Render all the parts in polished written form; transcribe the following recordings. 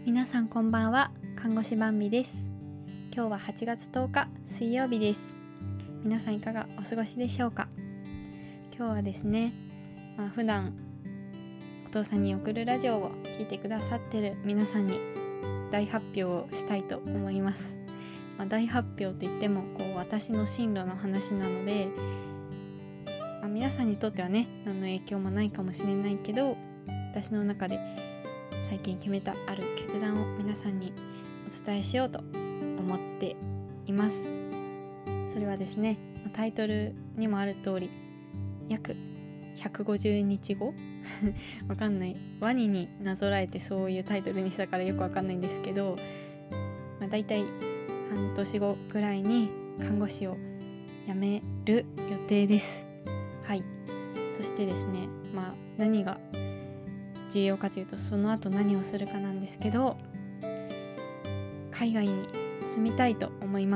皆さんこんばんは。看護師バンビです。今日は8月10日水曜日です。皆さんいかがお過ごしでしょうか。今日はですね、普段お父さんに送るラジオを聞いてくださってる皆さんに大発表をしたいと思います。大発表といっても私の進路の話なので、皆さんにとってはね何の影響もないかもしれないけど、私の中で最近決めたある決断を皆さんにお伝えしようと思っています。それはですね、タイトルにもある通り約150日後わかんない、ワニになぞらえてそういうタイトルにしたからよくわかんないんですけど、だいたい半年後くらいに看護師を辞める予定です。はい。そしてですね、何が重要かというと、その後何をするかなんですけど、海外に住みたいと思います。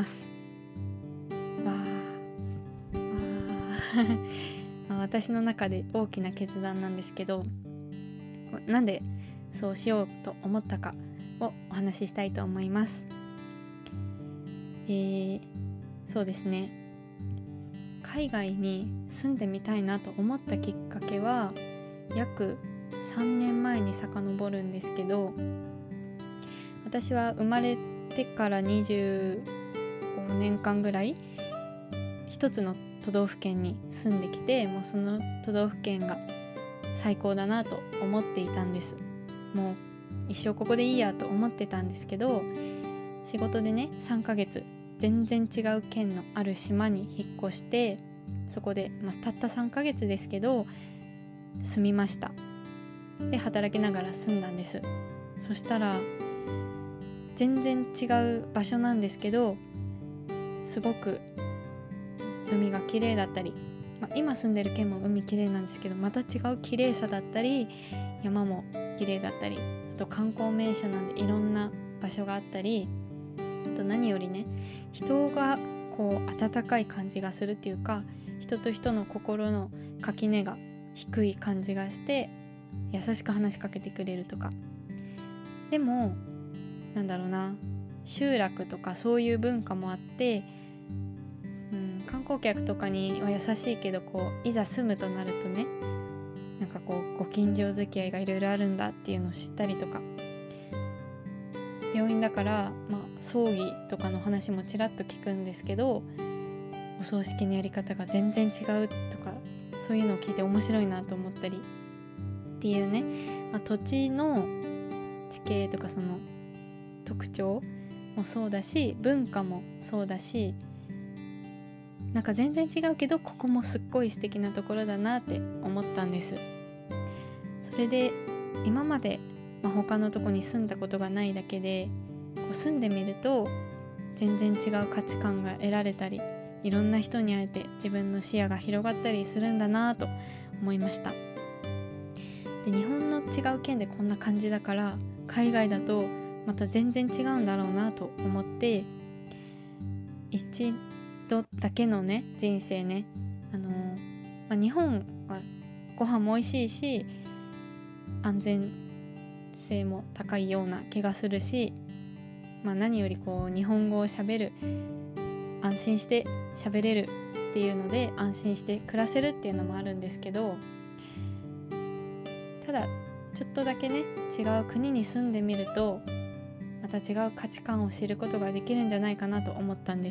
私の中で大きな決断なんですけど、なんでそうしようと思ったかをお話ししたいと思います。そうですね、海外に住んでみたいなと思ったきっかけは約3年前に遡るんですけど、私は生まれてから25年間ぐらい一つの都道府県に住んできて、もうその都道府県が最高だなと思っていたんです。もう一生ここでいいやと思ってたんですけど、仕事でね3ヶ月全然違う県のある島に引っ越して、そこで、たった3ヶ月ですけど住みました。で働きながら住んだんです。そしたら全然違う場所なんですけど、すごく海が綺麗だったり、今住んでる県も海綺麗なんですけど、また違う綺麗さだったり、山も綺麗だったり、あと観光名所なんでいろんな場所があったり、あと何よりね、人が温かい感じがするっていうか、人と人の心の垣根が低い感じがして優しく話しかけてくれるとか。でも集落とかそういう文化もあって、観光客とかには優しいけど、いざ住むとなるとね、ご近所付き合いがいろいろあるんだっていうのを知ったりとか、病院だから、葬儀とかの話もちらっと聞くんですけど、お葬式のやり方が全然違うとか、そういうのを聞いて面白いなと思ったりっていうね、土地の地形とかその特徴もそうだし、文化もそうだし、全然違うけどここもすっごい素敵なところだなって思ったんです。それで今まで、他のとこに住んだことがないだけで、住んでみると全然違う価値観が得られたり、いろんな人に会えて自分の視野が広がったりするんだなと思いました。で、日本の違う県でこんな感じだから、海外だとまた全然違うんだろうなと思って、一度だけのね人生ね、日本はご飯も美味しいし安全性も高いような気がするし、何より日本語を喋る、安心して喋れるっていうので安心して暮らせるっていうのもあるんですけど、ただちょっとだけね違う国に住んでみるとまた違う価値観を知ることができるんじゃないかなと思ったんです。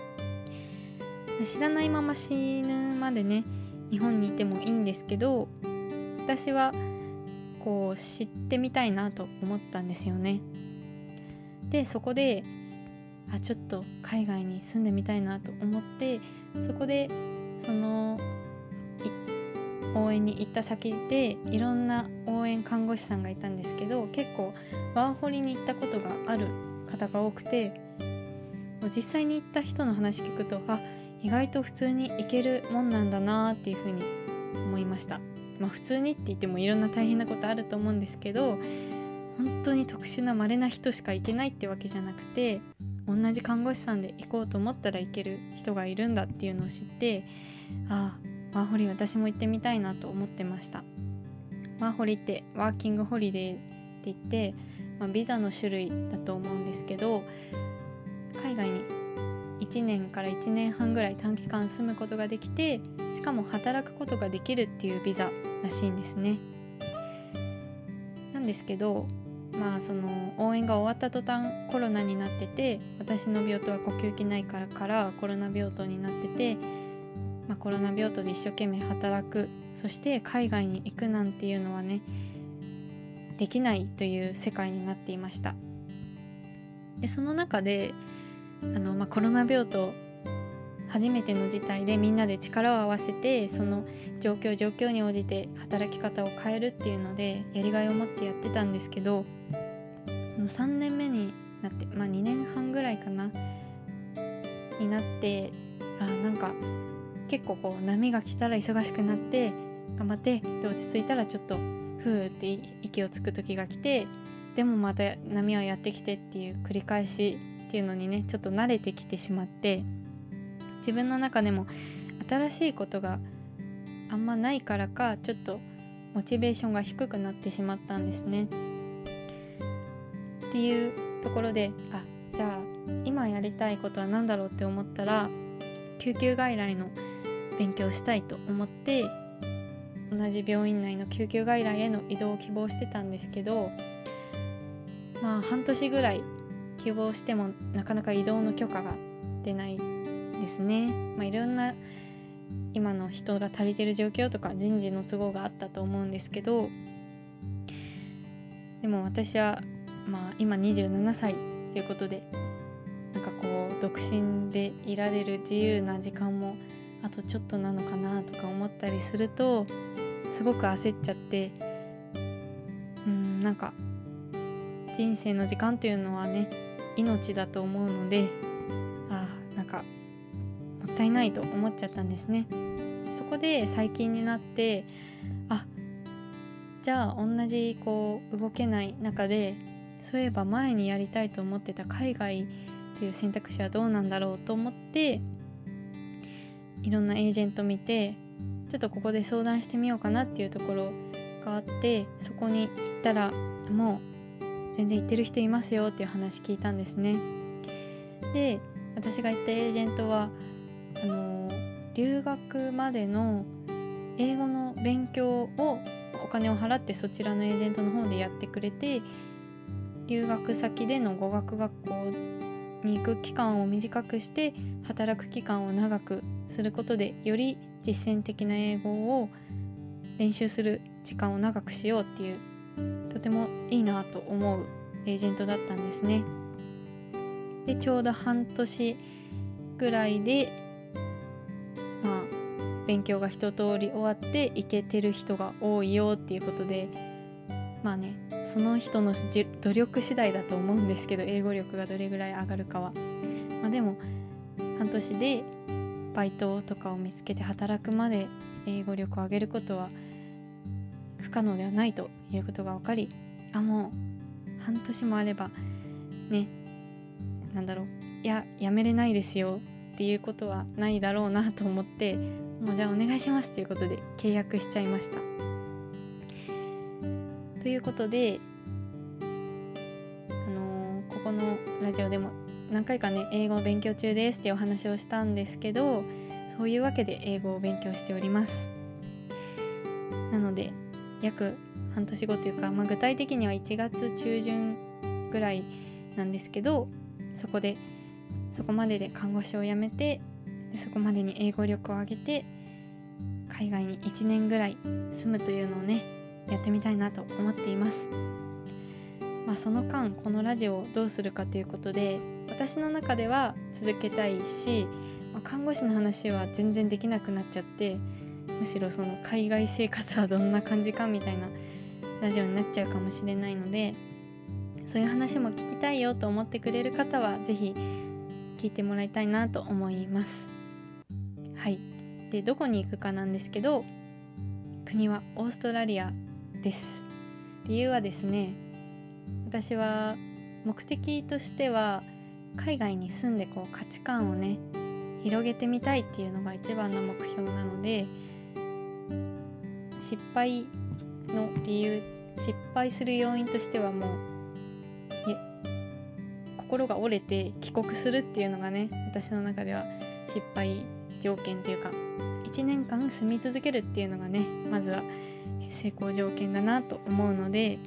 知らないまま死ぬまでね日本にいてもいいんですけど、私は知ってみたいなと思ったんですよね。でそこでちょっと海外に住んでみたいなと思って、そこでその応援に行った先でいろんな応援看護師さんがいたんですけど、結構ワーホリに行ったことがある方が多くて、実際に行った人の話聞くと意外と普通に行けるもんなんだなっていうふうに思いました。普通にって言ってもいろんな大変なことあると思うんですけど、本当に特殊な稀な人しか行けないってわけじゃなくて、同じ看護師さんで行こうと思ったら行ける人がいるんだっていうのを知って、ワーホリ私も行ってみたいなと思ってました。ワーホリってワーキングホリデーって言って、 ビザの種類だと思うんですけど、海外に1年から1年半ぐらい短期間住むことができて、しかも働くことができるっていうビザらしいんですね。なんですけど、その応援が終わった途端コロナになってて、私の病棟は呼吸器内科からコロナ病棟になってて、コロナ病棟で一生懸命働く、そして海外に行くなんていうのはね、できないという世界になっていました。でその中でコロナ病棟初めての事態でみんなで力を合わせて、その状況に応じて働き方を変えるっていうのでやりがいを持ってやってたんですけど、この3年目になって、2年半ぐらいかなになって、なんか結構こう波が来たら忙しくなって頑張ってで落ち着いたらちょっとふーって息をつく時が来て、でもまた波はやってきてっていう繰り返しっていうのにね、ちょっと慣れてきてしまって、自分の中でも新しいことがあんまないからか、ちょっとモチベーションが低くなってしまったんですね。っていうところで、じゃあ今やりたいことは何だろうって思ったら、救急外来の勉強したいと思って、同じ病院内の救急外来への移動を希望してたんですけど、半年ぐらい希望してもなかなか移動の許可が出ないですね。いろんな今の人が足りてる状況とか人事の都合があったと思うんですけど、でも私は今27歳ということで、独身でいられる自由な時間もあとちょっとなのかなとか思ったりすると、すごく焦っちゃって、人生の時間っていうのはね、命だと思うので、もったいないと思っちゃったんですね。そこで最近になって、じゃあ同じ動けない中で、そういえば前にやりたいと思ってた海外という選択肢はどうなんだろうと思って、いろんなエージェント見て、ちょっとここで相談してみようかなっていうところがあって、そこに行ったらもう全然行ってる人いますよっていう話聞いたんですね。で、私が行ったエージェントは留学までの英語の勉強をお金を払ってそちらのエージェントの方でやってくれて、留学先での語学学校に行く期間を短くして働く期間を長くすることで、より実践的な英語を練習する時間を長くしようっていう、とてもいいなと思うエージェントだったんですね。でちょうど半年ぐらいで勉強が一通り終わっていけてる人が多いよっていうことで、その人の努力次第だと思うんですけど、英語力がどれぐらい上がるかは、でも半年でバイトとかを見つけて働くまで英語力を上げることは不可能ではないということが分かり、もう半年もあればね、やめれないですよっていうことはないだろうなと思って、もうじゃあお願いしますということで契約しちゃいました。ということで、ここのラジオでも何回かね、英語を勉強中ですっていうお話をしたんですけど、そういうわけで英語を勉強しております。なので約半年後というか、具体的には1月中旬ぐらいなんですけど、そこまでで看護師を辞めて、そこまでに英語力を上げて海外に1年ぐらい住むというのをね、やってみたいなと思っています。その間このラジオをどうするかということで、私の中では続けたいし、看護師の話は全然できなくなっちゃって、むしろその海外生活はどんな感じかみたいなラジオになっちゃうかもしれないので、そういう話も聞きたいよと思ってくれる方はぜひ聞いてもらいたいなと思います。でどこに行くかなんですけど、国はオーストラリアです。理由はですね、私は目的としては海外に住んで価値観をね広げてみたいっていうのが一番の目標なので、失敗する要因としてはもう心が折れて帰国するっていうのがね、私の中では失敗条件というか、1年間住み続けるっていうのがね、まずは成功条件だなと思うので、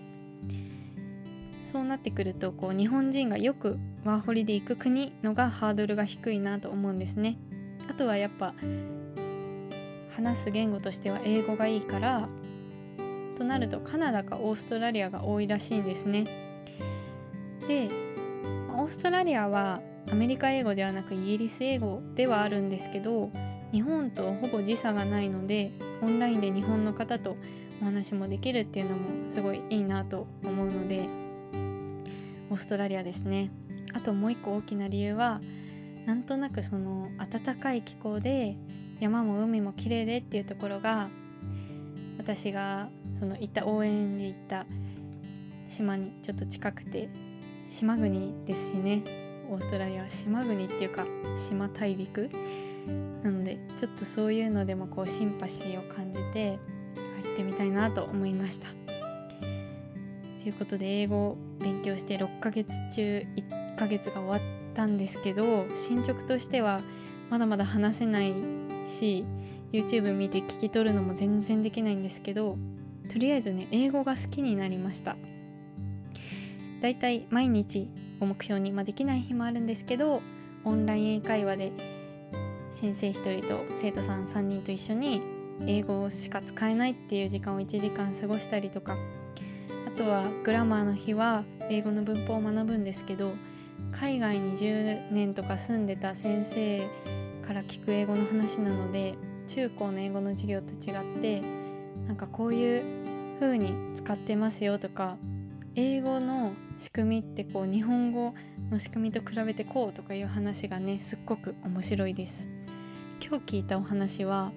そうなってくると日本人がよくワーホリで行く国のがハードルが低いなと思うんですね。あとはやっぱ話す言語としては英語がいいからとなると、カナダかオーストラリアが多いらしいんですね。で、オーストラリアはアメリカ英語ではなくイギリス英語ではあるんですけど、日本とほぼ時差がないので、オンラインで日本の方とお話もできるっていうのもすごいいいなと思うので、オーストラリアですね。あともう一個大きな理由は、なんとなくその暖かい気候で山も海も綺麗でっていうところが、私がその行った応援で行った島にちょっと近くて、島国ですしね、オーストラリアは島国っていうか島大陸なので、ちょっとそういうのでもシンパシーを感じて入ってみたいなと思いました。ということで、英語を勉強して6ヶ月中1ヶ月が終わったんですけど、進捗としてはまだまだ話せないし、 YouTube 見て聞き取るのも全然できないんですけど、とりあえずね、英語が好きになりました。だいたい毎日を目標に、できない日もあるんですけど、オンライン英会話で先生1人と生徒さん3人と一緒に英語しか使えないっていう時間を1時間過ごしたりとか、あとはグラマーの日は英語の文法を学ぶんですけど、海外に10年とか住んでた先生から聞く英語の話なので、中高の英語の授業と違って、こういう風に使ってますよとか、英語の仕組みって日本語の仕組みと比べてこうとかいう話がね、すっごく面白いです。今日聞いたお話は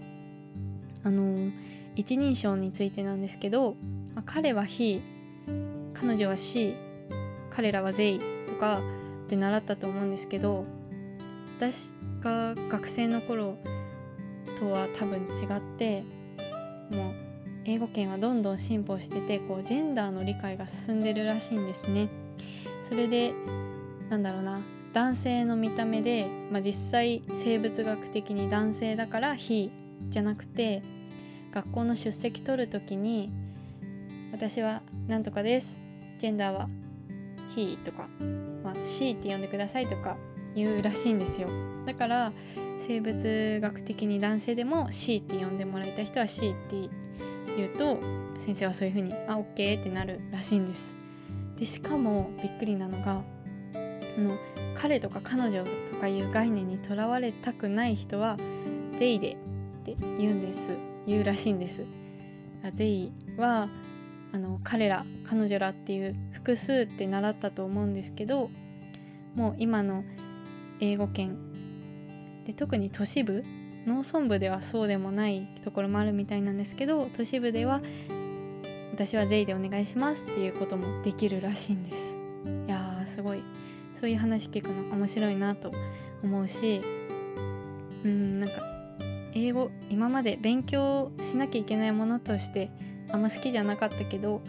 一人称についてなんですけど、彼は he、 彼女は she、 彼らは they とかって習ったと思うんですけど、私が学生の頃とは多分違って、もう英語圏はどんどん進歩してて、ジェンダーの理解が進んでるらしいんですね。それで男性の見た目で、実際生物学的に男性だから he じゃなくて、学校の出席取るときに私はなんとかです、ジェンダーは he とか、she って呼んでくださいとか言うらしいんですよ。だから生物学的に男性でも she って呼んでもらいたい人は she って言うと、先生はそういう風にOK ってなるらしいんです。でしかもびっくりなのが、彼とか彼女とかいう概念にとらわれたくない人は they でって言うらしいんです。they は彼ら彼女らっていう複数って習ったと思うんですけど、もう今の英語圏で、特に都市部、農村部ではそうでもないところもあるみたいなんですけど、都市部では私は they でお願いしますっていうこともできるらしいんです。いやー、すごいそういう話聞くの面白いなと思うし、英語今まで勉強しなきゃいけないものとしてあんま好きじゃなかったけど、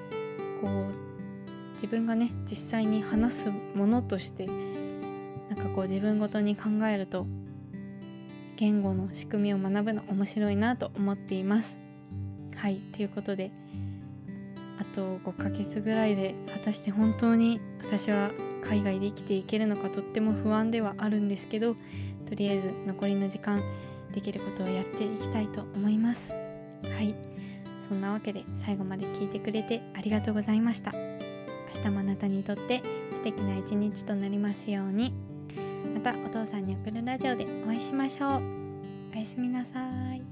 自分がね実際に話すものとして自分ごとに考えると、言語の仕組みを学ぶの面白いなと思っています。はい、ということで、あと5ヶ月ぐらいで果たして本当に私は海外で生きていけるのかとっても不安ではあるんですけど、とりあえず残りの時間できることをやっていきたいと思います。はい、そんなわけで最後まで聞いてくれてありがとうございました。明日もあなたにとって素敵な一日となりますように。またお父さんに送るラジオでお会いしましょう。おやすみなさい。